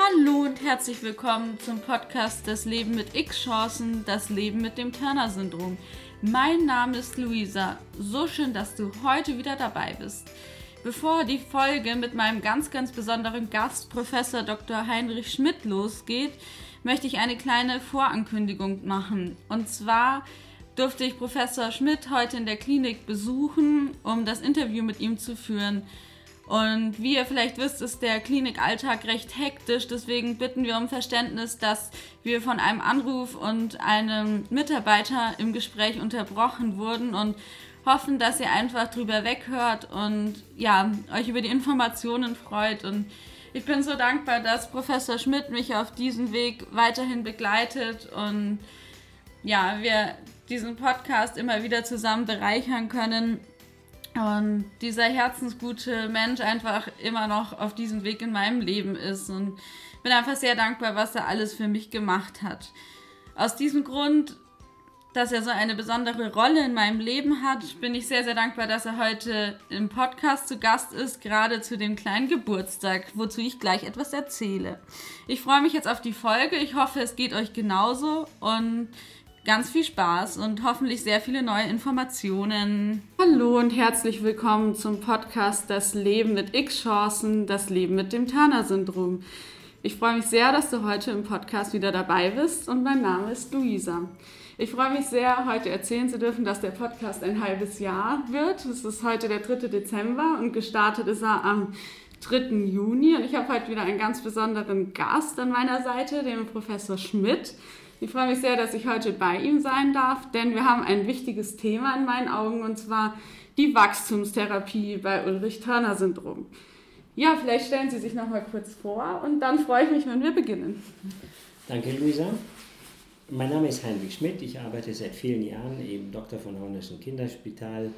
Hallo und herzlich willkommen zum Podcast Das Leben mit X-Chancen, das Leben mit dem Turner-Syndrom. Mein Name ist Luisa. So schön, dass du heute wieder dabei bist. Bevor die Folge mit meinem ganz besonderen Gast, Professor Dr. Heinrich Schmidt, losgeht, möchte ich eine kleine Vorankündigung machen. Und zwar durfte ich Professor Schmidt heute in der Klinik besuchen, um das Interview mit ihm zu führen. Und wie ihr vielleicht wisst, ist der Klinikalltag recht hektisch, deswegen bitten wir um Verständnis, dass wir von einem Anruf und einem Mitarbeiter im Gespräch unterbrochen wurden und hoffen, dass ihr einfach drüber weghört und ja, euch über die Informationen freut. Und ich bin so dankbar, dass Professor Schmidt mich auf diesem Weg weiterhin begleitet und ja, wir diesen Podcast immer wieder zusammen bereichern können. Und dieser herzensgute Mensch einfach immer noch auf diesem Weg in meinem Leben ist und bin einfach sehr dankbar, was er alles für mich gemacht hat. Aus diesem Grund, dass er so eine besondere Rolle in meinem Leben hat, bin ich sehr dankbar, dass er heute im Podcast zu Gast ist, gerade zu dem kleinen Geburtstag, wozu ich gleich etwas erzähle. Ich freue mich jetzt auf die Folge, ich hoffe, es geht euch genauso und ganz viel Spaß und hoffentlich sehr viele neue Informationen. Hallo und herzlich willkommen zum Podcast Das Leben mit X-Chancen, das Leben mit dem Turner-Syndrom. Ich freue mich sehr, dass du heute im Podcast wieder dabei bist und mein Name ist Luisa. Ich freue mich sehr, heute erzählen zu dürfen, dass der Podcast ein halbes Jahr wird. Es ist heute der 3. Dezember und gestartet ist er am 3. Juni. Und ich habe heute wieder einen ganz besonderen Gast an meiner Seite, den Professor Schmidt. Ich freue mich sehr, dass ich heute bei ihm sein darf, denn wir haben ein wichtiges Thema in meinen Augen, und zwar die Wachstumstherapie bei Ulrich-Turner-Syndrom. Ja, vielleicht stellen Sie sich noch mal kurz vor und dann freue ich mich, wenn wir beginnen. Danke, Luisa. Mein Name ist Heinrich Schmidt. Ich arbeite seit vielen Jahren im Dr. von Hornischen Kinderspital.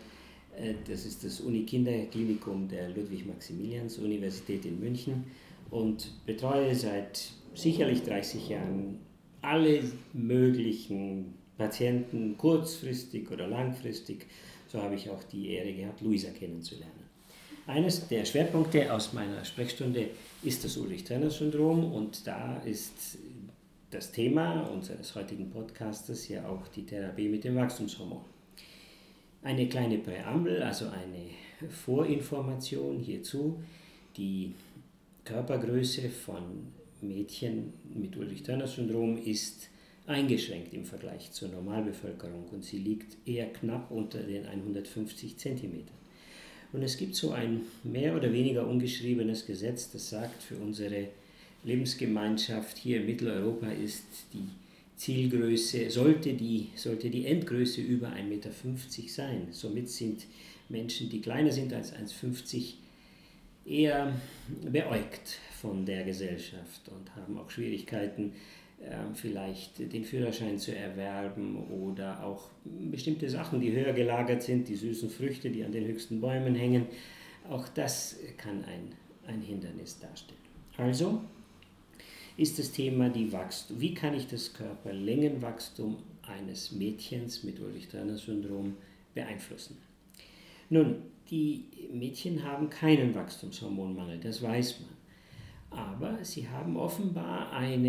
Das ist das Unikinderklinikum der Ludwig-Maximilians-Universität in München und betreue seit sicherlich 30 Jahren alle möglichen Patienten, kurzfristig oder langfristig. So habe ich auch die Ehre gehabt, Luisa kennenzulernen. Eines der Schwerpunkte aus meiner Sprechstunde ist das Ulrich-Turner-Syndrom und da ist das Thema unseres heutigen Podcastes ja auch die Therapie mit dem Wachstumshormon. Eine kleine Präambel, also eine Vorinformation hierzu. Die Körpergröße von Mädchen mit Ulrich-Turner-Syndrom ist eingeschränkt im Vergleich zur Normalbevölkerung und sie liegt eher knapp unter den 150 cm. Und es gibt so ein mehr oder weniger ungeschriebenes Gesetz, das sagt, für unsere Lebensgemeinschaft hier in Mitteleuropa ist die Zielgröße, sollte die Endgröße über 1,50 Meter sein. Somit sind Menschen, die kleiner sind als 1,50 eher beäugt von der Gesellschaft und haben auch Schwierigkeiten, vielleicht den Führerschein zu erwerben oder auch bestimmte Sachen, die höher gelagert sind, die süßen Früchte, die an den höchsten Bäumen hängen. Auch das kann ein Hindernis darstellen. Also ist das Thema wie kann ich das Körperlängenwachstum eines Mädchens mit Ulrich-Turner-Syndrom beeinflussen? Nun, die Mädchen haben keinen Wachstumshormonmangel, das weiß man. Aber sie haben offenbar ein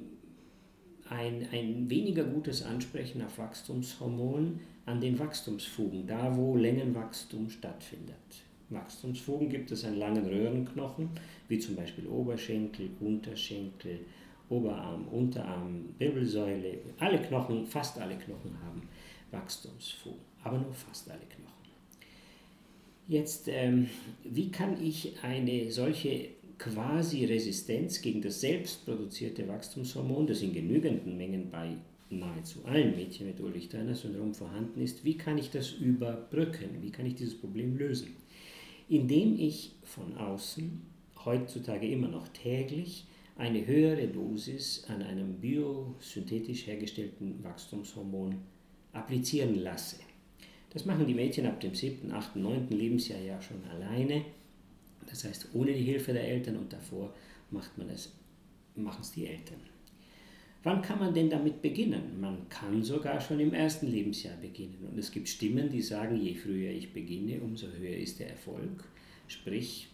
weniger gutes Ansprechen auf Wachstumshormon an den Wachstumsfugen, da wo Längenwachstum stattfindet. Wachstumsfugen gibt es an langen Röhrenknochen, wie zum Beispiel Oberschenkel, Unterschenkel, Oberarm, Unterarm, Wirbelsäule. Alle Knochen, fast alle Knochen haben Wachstumsfugen, aber nur fast alle Knochen. Jetzt, wie kann ich eine solche quasi Resistenz gegen das selbstproduzierte Wachstumshormon, das in genügenden Mengen bei nahezu allen Mädchen mit Ulrich-Turner-Syndrom vorhanden ist, wie kann ich das überbrücken? Wie kann ich dieses Problem lösen? Indem ich von außen, heutzutage immer noch täglich, eine höhere Dosis an einem biosynthetisch hergestellten Wachstumshormon applizieren lasse. Das machen die Mädchen ab dem 7., 8., 9. Lebensjahr ja schon alleine. Das heißt, ohne die Hilfe der Eltern und davor machen es die Eltern. Wann kann man denn damit beginnen? Man kann sogar schon im 1. Lebensjahr beginnen. Und es gibt Stimmen, die sagen, je früher ich beginne, umso höher ist der Erfolg. Sprich,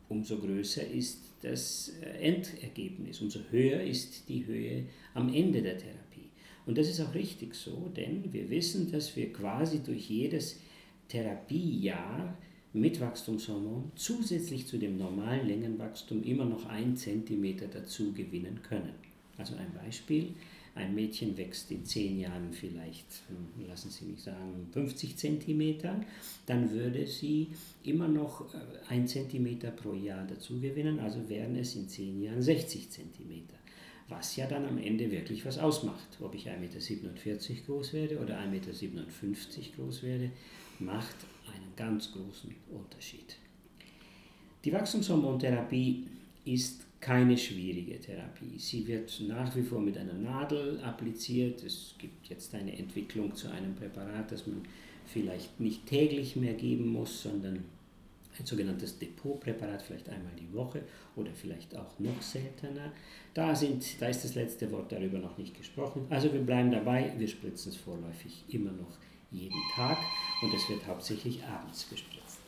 umso größer ist das Endergebnis, umso höher ist die Höhe am Ende der Therapie. Und das ist auch richtig so, denn wir wissen, dass wir quasi durch jedes Therapiejahr mit Wachstumshormon zusätzlich zu dem normalen Längenwachstum immer noch 1 cm dazu gewinnen können. Also ein Beispiel, ein Mädchen wächst in 10 Jahren vielleicht, lassen Sie mich sagen, 50 cm, dann würde sie immer noch 1 cm pro Jahr dazu gewinnen, also wären es in 10 Jahren 60 cm. Was ja dann am Ende wirklich was ausmacht. Ob ich 1,47 Meter groß werde oder 1,57 Meter groß werde, macht einen ganz großen Unterschied. Die Wachstumshormontherapie ist keine schwierige Therapie. Sie wird nach wie vor mit einer Nadel appliziert. Es gibt jetzt eine Entwicklung zu einem Präparat, das man vielleicht nicht täglich mehr geben muss, sondern ein sogenanntes Depotpräparat, vielleicht einmal die Woche oder vielleicht auch noch seltener. Da ist das letzte Wort darüber noch nicht gesprochen. Also wir bleiben dabei, wir spritzen es vorläufig immer noch jeden Tag und es wird hauptsächlich abends gespritzt.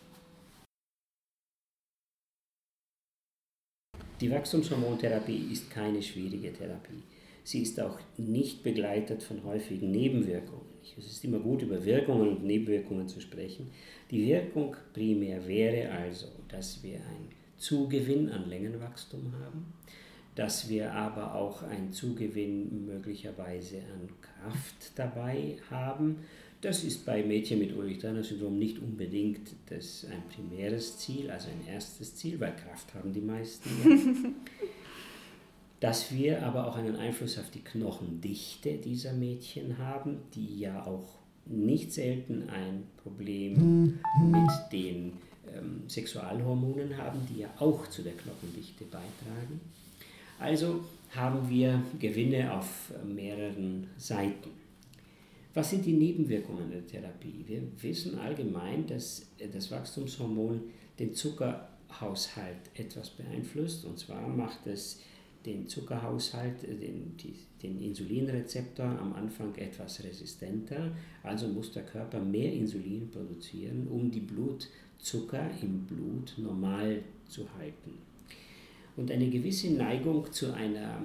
Die Wachstumshormontherapie ist keine schwierige Therapie. Sie ist auch nicht begleitet von häufigen Nebenwirkungen. Es ist immer gut, über Wirkungen und Nebenwirkungen zu sprechen. Die Wirkung primär wäre also, dass wir einen Zugewinn an Längenwachstum haben, dass wir aber auch einen Zugewinn möglicherweise an Kraft dabei haben. Das ist bei Mädchen mit Ulrich-Turner-Syndrom nicht unbedingt ein primäres Ziel, also ein erstes Ziel, weil Kraft haben die meisten. Ja. Dass wir aber auch einen Einfluss auf die Knochendichte dieser Mädchen haben, die ja auch nicht selten ein Problem mit den Sexualhormonen haben, die ja auch zu der Knochendichte beitragen. Also haben wir Gewinne auf mehreren Seiten. Was sind die Nebenwirkungen der Therapie? Wir wissen allgemein, dass das Wachstumshormon den Zuckerhaushalt etwas beeinflusst. Und zwar macht es den Zuckerhaushalt, den Insulinrezeptor am Anfang etwas resistenter. Also muss der Körper mehr Insulin produzieren, um die Blutzucker im Blut normal zu halten. Und eine gewisse Neigung zu einer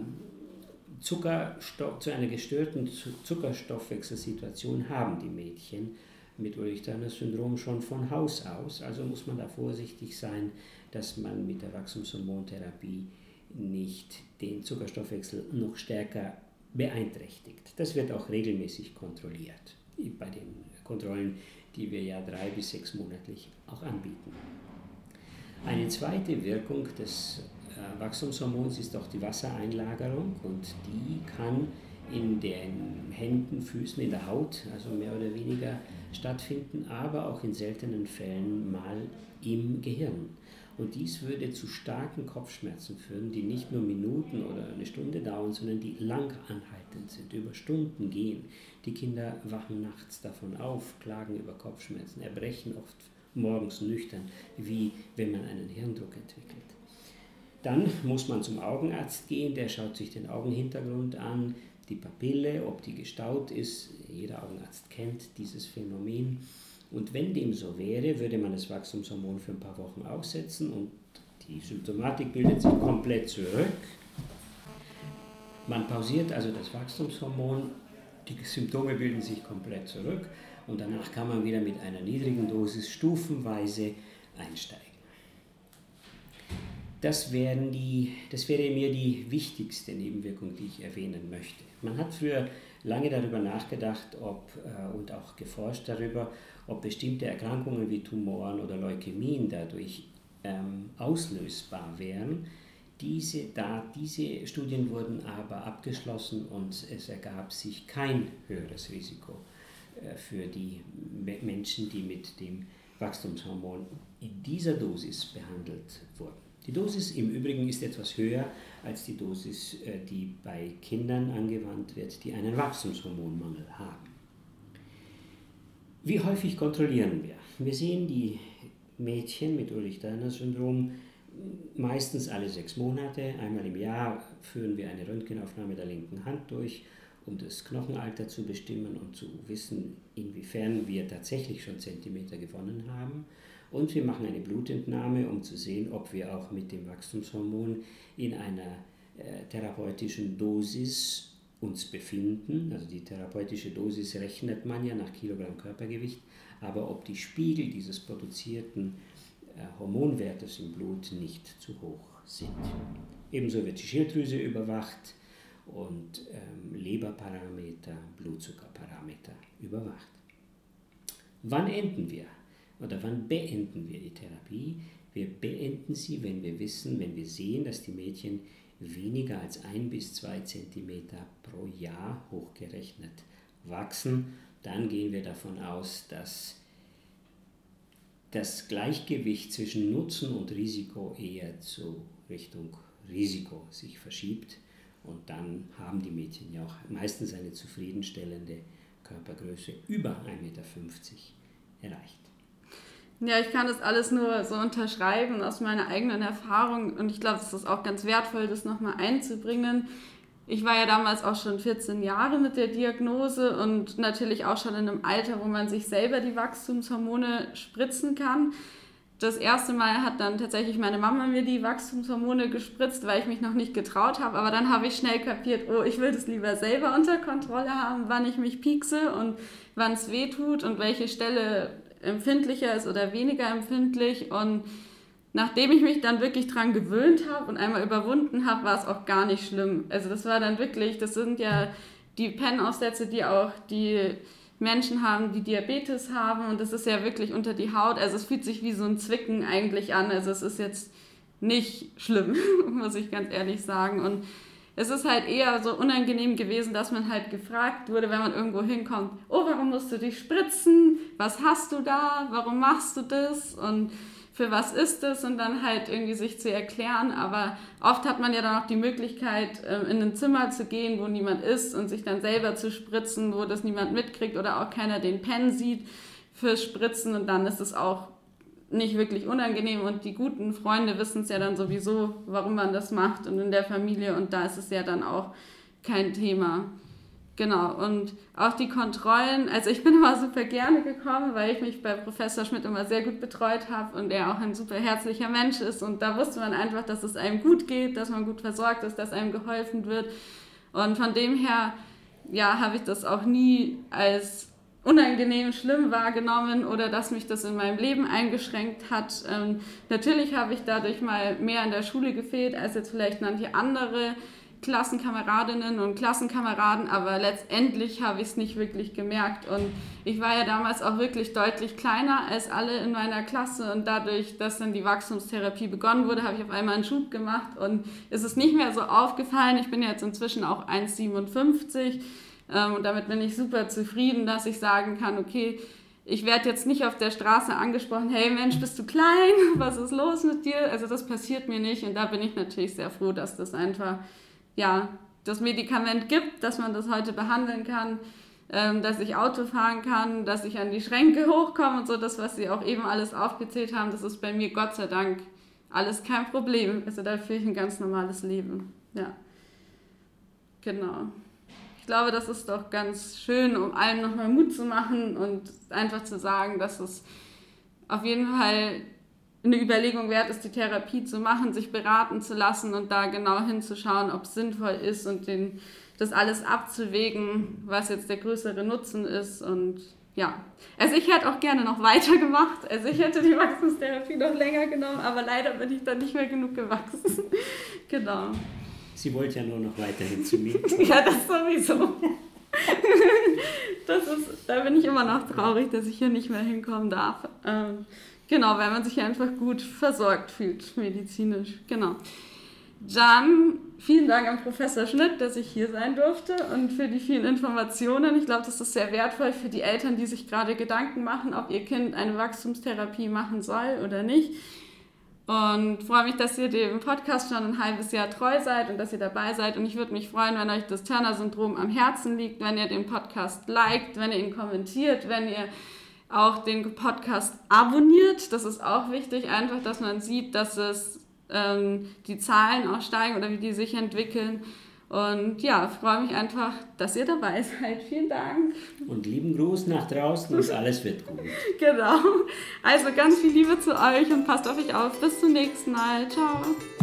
gestörten Zuckerstoffwechselsituation haben die Mädchen mit Ulrich-Turner-Syndrom schon von Haus aus. Also muss man da vorsichtig sein, dass man mit der Wachstumshormontherapie nicht den Zuckerstoffwechsel noch stärker beeinträchtigt. Das wird auch regelmäßig kontrolliert, bei den Kontrollen, die wir ja 3 bis 6 monatlich auch anbieten. Eine zweite Wirkung des Wachstumshormons ist auch die Wassereinlagerung und die kann in den Händen, Füßen, in der Haut, also mehr oder weniger stattfinden, aber auch in seltenen Fällen mal im Gehirn. Und dies würde zu starken Kopfschmerzen führen, die nicht nur Minuten oder eine Stunde dauern, sondern die lang anhaltend sind, über Stunden gehen. Die Kinder wachen nachts davon auf, klagen über Kopfschmerzen, erbrechen oft morgens nüchtern, wie wenn man einen Hirndruck entwickelt. Dann muss man zum Augenarzt gehen, der schaut sich den Augenhintergrund an, die Papille, ob die gestaut ist. Jeder Augenarzt kennt dieses Phänomen. Und wenn dem so wäre, würde man das Wachstumshormon für ein paar Wochen aussetzen und die Symptomatik bildet sich komplett zurück. Man pausiert also das Wachstumshormon, die Symptome bilden sich komplett zurück und danach kann man wieder mit einer niedrigen Dosis stufenweise einsteigen. Das wäre mir die wichtigste Nebenwirkung, die ich erwähnen möchte. Man hat früher lange darüber nachgedacht und auch geforscht darüber, ob bestimmte Erkrankungen wie Tumoren oder Leukämien dadurch auslösbar wären. Diese Studien wurden aber abgeschlossen und es ergab sich kein höheres Risiko für die Menschen, die mit dem Wachstumshormon in dieser Dosis behandelt wurden. Die Dosis im Übrigen ist etwas höher als die Dosis, die bei Kindern angewandt wird, die einen Wachstumshormonmangel haben. Wie häufig kontrollieren wir? Wir sehen die Mädchen mit Ulrich-Turner-Syndrom meistens alle 6 Monate. Einmal im Jahr führen wir eine Röntgenaufnahme der linken Hand durch um das Knochenalter zu bestimmen und zu wissen, inwiefern wir tatsächlich schon Zentimeter gewonnen haben. Und wir machen eine Blutentnahme, um zu sehen, ob wir auch mit dem Wachstumshormon in einer therapeutischen Dosis uns befinden. Also die therapeutische Dosis rechnet man ja nach Kilogramm Körpergewicht, aber ob die Spiegel dieses produzierten Hormonwertes im Blut nicht zu hoch sind. Ebenso wird die Schilddrüse überwacht und Leberparameter, Blutzuckerparameter überwacht. Wann enden wir oder wann beenden wir die Therapie? Wir beenden sie, wenn wir sehen, dass die Mädchen weniger als 1 bis 2 Zentimeter pro Jahr hochgerechnet wachsen. Dann gehen wir davon aus, dass das Gleichgewicht zwischen Nutzen und Risiko eher zu Richtung Risiko sich verschiebt. Und dann haben die Mädchen ja auch meistens eine zufriedenstellende Körpergröße über 1,50 Meter erreicht. Ja, ich kann das alles nur so unterschreiben aus meiner eigenen Erfahrung und ich glaube, es ist auch ganz wertvoll, das nochmal einzubringen. Ich war ja damals auch schon 14 Jahre mit der Diagnose und natürlich auch schon in einem Alter, wo man sich selber die Wachstumshormone spritzen kann. Das erste Mal hat dann tatsächlich meine Mama mir die Wachstumshormone gespritzt, weil ich mich noch nicht getraut habe. Aber dann habe ich schnell kapiert, ich will das lieber selber unter Kontrolle haben, wann ich mich piekse und wann es weh tut und welche Stelle empfindlicher ist oder weniger empfindlich. Und nachdem ich mich dann wirklich dran gewöhnt habe und einmal überwunden habe, war es auch gar nicht schlimm. Also das war dann wirklich, das sind ja die PEN-Aufsätze, die auch die Menschen haben, die Diabetes haben und das ist ja wirklich unter die Haut, also es fühlt sich wie so ein Zwicken eigentlich an, also es ist jetzt nicht schlimm, muss ich ganz ehrlich sagen und es ist halt eher so unangenehm gewesen, dass man halt gefragt wurde, wenn man irgendwo hinkommt, warum musst du dich spritzen, was hast du da, warum machst du das und für was ist das und dann halt irgendwie sich zu erklären, aber oft hat man ja dann auch die Möglichkeit, in ein Zimmer zu gehen, wo niemand ist und sich dann selber zu spritzen, wo das niemand mitkriegt oder auch keiner den Pen sieht fürs Spritzen und dann ist es auch nicht wirklich unangenehm und die guten Freunde wissen es ja dann sowieso, warum man das macht und in der Familie und da ist es ja dann auch kein Thema. Genau, und auch die Kontrollen, also ich bin immer super gerne gekommen, weil ich mich bei Professor Schmidt immer sehr gut betreut habe und er auch ein super herzlicher Mensch ist und da wusste man einfach, dass es einem gut geht, dass man gut versorgt ist, dass einem geholfen wird und von dem her, ja, habe ich das auch nie als unangenehm schlimm wahrgenommen oder dass mich das in meinem Leben eingeschränkt hat. Natürlich habe ich dadurch mal mehr in der Schule gefehlt als jetzt vielleicht manche andere Klassenkameradinnen und Klassenkameraden, aber letztendlich habe ich es nicht wirklich gemerkt und ich war ja damals auch wirklich deutlich kleiner als alle in meiner Klasse und dadurch, dass dann die Wachstumstherapie begonnen wurde, habe ich auf einmal einen Schub gemacht und es ist nicht mehr so aufgefallen. Ich bin jetzt inzwischen auch 1,57 und damit bin ich super zufrieden, dass ich sagen kann, okay, ich werde jetzt nicht auf der Straße angesprochen, hey Mensch, bist du klein, was ist los mit dir? Also das passiert mir nicht und da bin ich natürlich sehr froh, dass das einfach das Medikament gibt, dass man das heute behandeln kann, dass ich Auto fahren kann, dass ich an die Schränke hochkomme und so, das, was Sie auch eben alles aufgezählt haben, das ist bei mir Gott sei Dank alles kein Problem. Also da führe ich ein ganz normales Leben. Ja, genau. Ich glaube, das ist doch ganz schön, um allen nochmal Mut zu machen und einfach zu sagen, dass es auf jeden Fall eine Überlegung wert ist, die Therapie zu machen, sich beraten zu lassen und da genau hinzuschauen, ob es sinnvoll ist und das alles abzuwägen, was jetzt der größere Nutzen ist und ja. Also ich hätte auch gerne noch weitergemacht, also ich hätte die Wachstumstherapie noch länger genommen, aber leider bin ich dann nicht mehr genug gewachsen. Genau. Sie wollte ja nur noch weiterhin zu mir. Ja, das sowieso. Da bin ich immer noch traurig, dass ich hier nicht mehr hinkommen darf. Genau, weil man sich einfach gut versorgt fühlt, medizinisch. Genau. Dann vielen Dank an Professor Schmidt, dass ich hier sein durfte und für die vielen Informationen. Ich glaube, das ist sehr wertvoll für die Eltern, die sich gerade Gedanken machen, ob ihr Kind eine Wachstumstherapie machen soll oder nicht. Und freue mich, dass ihr dem Podcast schon ein halbes Jahr treu seid und dass ihr dabei seid. Und ich würde mich freuen, wenn euch das Turner-Syndrom am Herzen liegt, wenn ihr den Podcast liked, wenn ihr ihn kommentiert, wenn ihr auch den Podcast abonniert. Das ist auch wichtig, einfach, dass man sieht, dass die Zahlen auch steigen oder wie die sich entwickeln. Und ja, freue mich einfach, dass ihr dabei seid. Vielen Dank. Und lieben Gruß nach draußen und alles wird gut. Genau. Also ganz viel Liebe zu euch und passt auf euch auf. Bis zum nächsten Mal. Ciao.